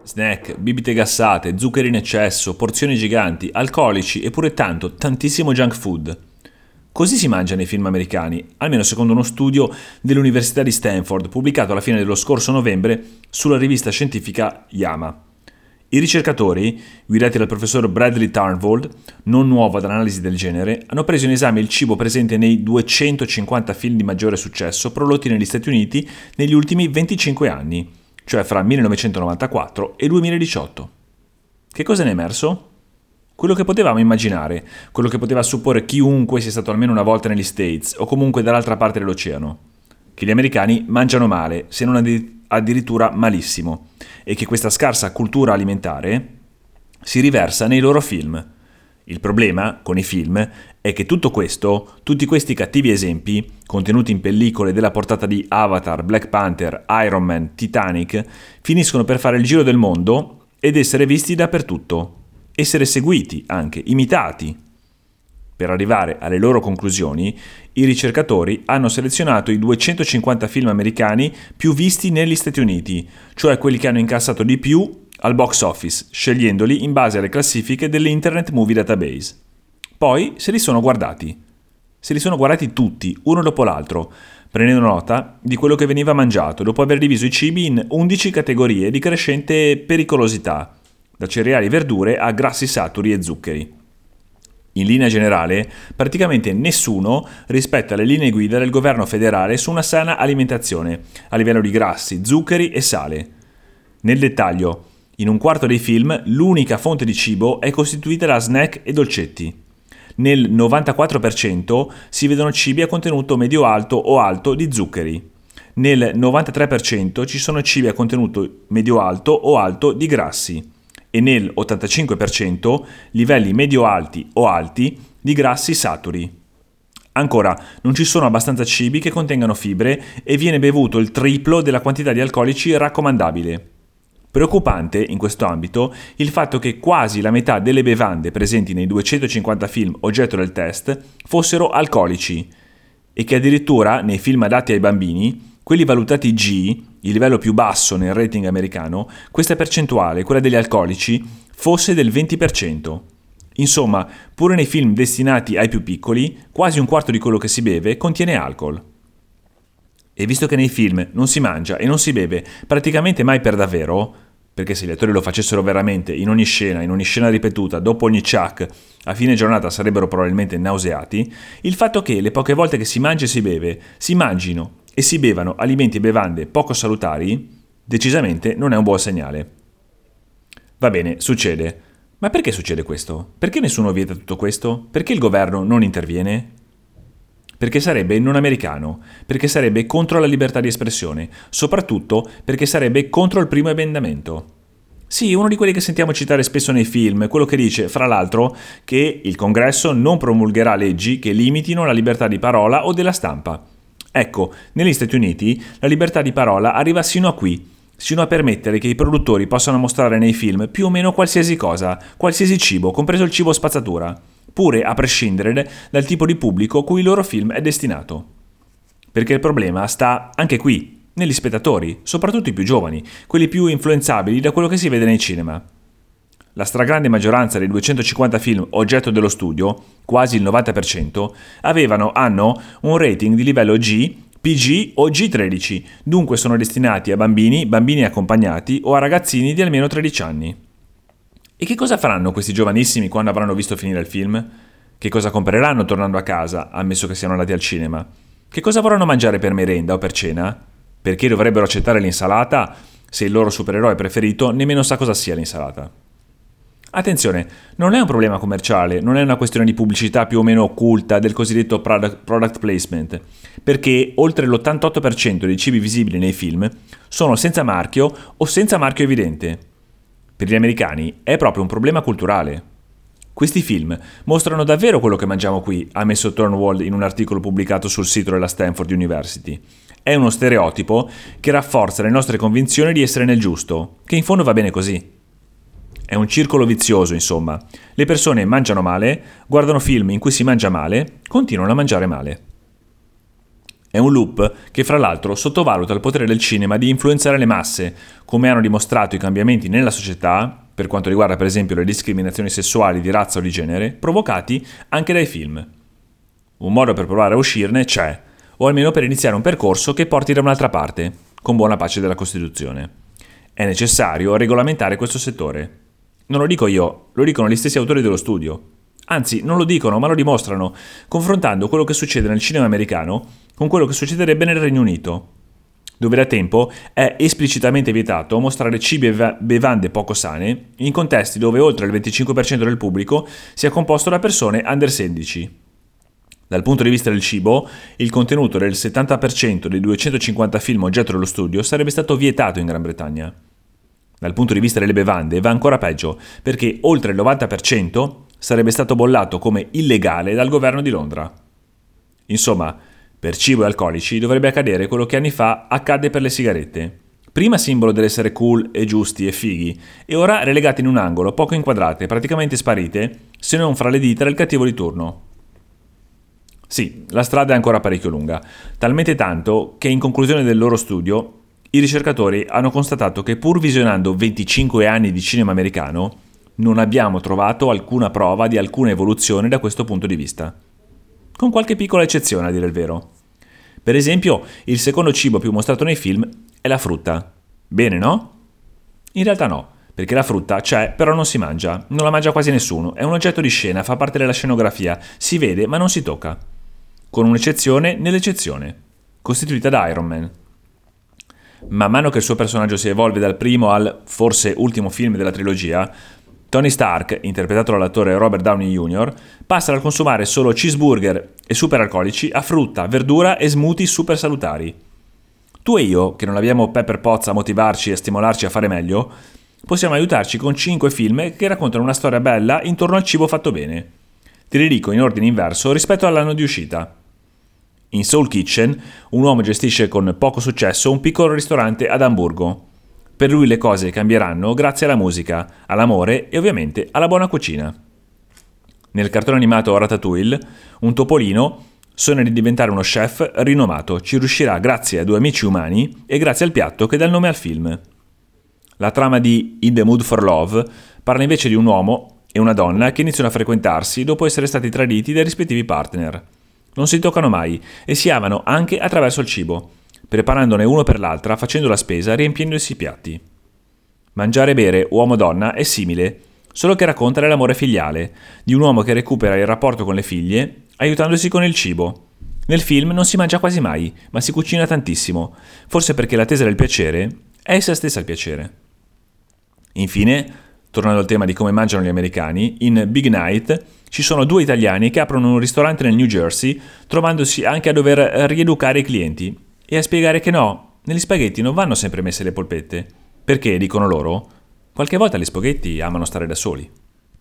Snack, bibite gassate, zuccheri in eccesso, porzioni giganti, alcolici e pure tantissimo junk food. Così si mangia nei film americani, almeno secondo uno studio dell'Università di Stanford pubblicato alla fine dello scorso novembre sulla rivista scientifica JAMA. I ricercatori, guidati dal professor Bradley Turnvold, non nuovo ad analisi del genere, hanno preso in esame il cibo presente nei 250 film di maggiore successo prodotti negli Stati Uniti negli ultimi 25 anni, cioè fra 1994 e 2018. Che cosa ne è emerso? Quello che potevamo immaginare, quello che poteva supporre chiunque sia stato almeno una volta negli States o comunque dall'altra parte dell'oceano. Che gli americani mangiano male, se non addirittura malissimo, e che questa scarsa cultura alimentare si riversa nei loro film. Il problema con i film è che tutto questo, tutti questi cattivi esempi, contenuti in pellicole della portata di Avatar, Black Panther, Iron Man, Titanic, finiscono per fare il giro del mondo ed essere visti dappertutto, essere seguiti anche, imitati. Per arrivare alle loro conclusioni, i ricercatori hanno selezionato i 250 film americani più visti negli Stati Uniti, cioè quelli che hanno incassato di più al box office, scegliendoli in base alle classifiche dell'Internet Movie Database. Poi se li sono guardati tutti, uno dopo l'altro, prendendo nota di quello che veniva mangiato, dopo aver diviso i cibi in 11 categorie di crescente pericolosità, da cereali e verdure a grassi saturi e zuccheri. In linea generale, praticamente nessuno rispetta le linee guida del governo federale su una sana alimentazione, a livello di grassi, zuccheri e sale. Nel dettaglio, in un quarto dei film, l'unica fonte di cibo è costituita da snack e dolcetti. Nel 94% si vedono cibi a contenuto medio-alto o alto di zuccheri. Nel 93% ci sono cibi a contenuto medio-alto o alto di grassi. E nel 85% livelli medio-alti o alti di grassi saturi. Ancora, non ci sono abbastanza cibi che contengano fibre e viene bevuto il triplo della quantità di alcolici raccomandabile. Preoccupante, in questo ambito, il fatto che quasi la metà delle bevande presenti nei 250 film oggetto del test fossero alcolici e che addirittura nei film adatti ai bambini, quelli valutati G, il livello più basso nel rating americano, questa percentuale, quella degli alcolici, fosse del 20%. Insomma, pure nei film destinati ai più piccoli, quasi un quarto di quello che si beve contiene alcol. E visto che nei film non si mangia e non si beve praticamente mai per davvero, perché se gli attori lo facessero veramente in ogni scena ripetuta, dopo ogni chuck, a fine giornata sarebbero probabilmente nauseati, il fatto che le poche volte che si mangia e si beve, si mangino e si bevano alimenti e bevande poco salutari, decisamente non è un buon segnale. Va bene, succede. Ma perché succede questo? Perché nessuno vieta tutto questo? Perché il governo non interviene? Perché sarebbe non americano, perché sarebbe contro la libertà di espressione, soprattutto perché sarebbe contro il primo emendamento. Sì, uno di quelli che sentiamo citare spesso nei film, quello che dice, fra l'altro, che il Congresso non promulgherà leggi che limitino la libertà di parola o della stampa. Ecco, negli Stati Uniti la libertà di parola arriva sino a qui, sino a permettere che i produttori possano mostrare nei film più o meno qualsiasi cosa, qualsiasi cibo, compreso il cibo spazzatura, pure a prescindere dal tipo di pubblico cui il loro film è destinato. Perché il problema sta anche qui, negli spettatori, soprattutto i più giovani, quelli più influenzabili da quello che si vede nei cinema. La stragrande maggioranza dei 250 film oggetto dello studio, quasi il 90%, hanno un rating di livello G, PG o G13, dunque sono destinati a bambini accompagnati o a ragazzini di almeno 13 anni. E che cosa faranno questi giovanissimi quando avranno visto finire il film? Che cosa compreranno tornando a casa, ammesso che siano andati al cinema? Che cosa vorranno mangiare per merenda o per cena? Perché dovrebbero accettare l'insalata se il loro supereroe preferito nemmeno sa cosa sia l'insalata? Attenzione, non è un problema commerciale, non è una questione di pubblicità più o meno occulta del cosiddetto product placement, perché oltre l'88% dei cibi visibili nei film sono senza marchio o senza marchio evidente. Per gli americani è proprio un problema culturale. Questi film mostrano davvero quello che mangiamo qui, ha messo Turnvold in un articolo pubblicato sul sito della Stanford University. È uno stereotipo che rafforza le nostre convinzioni di essere nel giusto, che in fondo va bene così. È un circolo vizioso, insomma. Le persone mangiano male, guardano film in cui si mangia male, continuano a mangiare male. È un loop che fra l'altro sottovaluta il potere del cinema di influenzare le masse, come hanno dimostrato i cambiamenti nella società, per quanto riguarda per esempio le discriminazioni sessuali di razza o di genere, provocati anche dai film. Un modo per provare a uscirne c'è, o almeno per iniziare un percorso che porti da un'altra parte, con buona pace della Costituzione. È necessario regolamentare questo settore. Non lo dico io, lo dicono gli stessi autori dello studio. Anzi, non lo dicono, ma lo dimostrano, confrontando quello che succede nel cinema americano con quello che succederebbe nel Regno Unito, dove da tempo è esplicitamente vietato mostrare cibi e bevande poco sane in contesti dove oltre il 25% del pubblico sia composto da persone under 16. Dal punto di vista del cibo, il contenuto del 70% dei 250 film oggetto dello studio sarebbe stato vietato in Gran Bretagna. Dal punto di vista delle bevande va ancora peggio, perché oltre il 90% sarebbe stato bollato come illegale dal governo di Londra. Insomma, per cibo e alcolici dovrebbe accadere quello che anni fa accadde per le sigarette. Prima simbolo dell'essere cool e giusti e fighi, e ora relegate in un angolo, poco inquadrate, praticamente sparite, se non fra le dita del cattivo di turno. Sì, la strada è ancora parecchio lunga, talmente tanto che in conclusione del loro studio i ricercatori hanno constatato che pur visionando 25 anni di cinema americano non abbiamo trovato alcuna prova di alcuna evoluzione da questo punto di vista. Con qualche piccola eccezione, a dire il vero. Per esempio, il secondo cibo più mostrato nei film è la frutta. Bene, no? In realtà no, perché la frutta c'è, però non si mangia, non la mangia quasi nessuno, è un oggetto di scena, fa parte della scenografia, si vede ma non si tocca. Con un'eccezione nell'eccezione, costituita da Iron Man. Man mano che il suo personaggio si evolve dal primo al, forse, ultimo film della trilogia, Tony Stark, interpretato dall'attore Robert Downey Jr., passa dal consumare solo cheeseburger e superalcolici a frutta, verdura e smoothie super salutari. Tu e io, che non abbiamo Pepper Potts a motivarci e stimolarci a fare meglio, possiamo aiutarci con 5 film che raccontano una storia bella intorno al cibo fatto bene. Te li dico in ordine inverso rispetto all'anno di uscita. In Soul Kitchen, un uomo gestisce con poco successo un piccolo ristorante ad Amburgo. Per lui le cose cambieranno grazie alla musica, all'amore e ovviamente alla buona cucina. Nel cartone animato Ratatouille, un topolino sogna di diventare uno chef rinomato, ci riuscirà grazie a 2 amici umani e grazie al piatto che dà il nome al film. La trama di In the Mood for Love parla invece di un uomo e una donna che iniziano a frequentarsi dopo essere stati traditi dai rispettivi partner. Non si toccano mai e si amano anche attraverso il cibo, preparandone uno per l'altra, facendo la spesa, riempiendosi i piatti. Mangiare e bere uomo-donna è simile, solo che racconta dell'amore filiale, di un uomo che recupera il rapporto con le figlie, aiutandosi con il cibo. Nel film non si mangia quasi mai, ma si cucina tantissimo, forse perché l'attesa del piacere è essa stessa il piacere. Infine, tornando al tema di come mangiano gli americani, in Big Night ci sono 2 italiani che aprono un ristorante nel New Jersey, trovandosi anche a dover rieducare i clienti e a spiegare che no, negli spaghetti non vanno sempre messe le polpette, perché, dicono loro, qualche volta gli spaghetti amano stare da soli.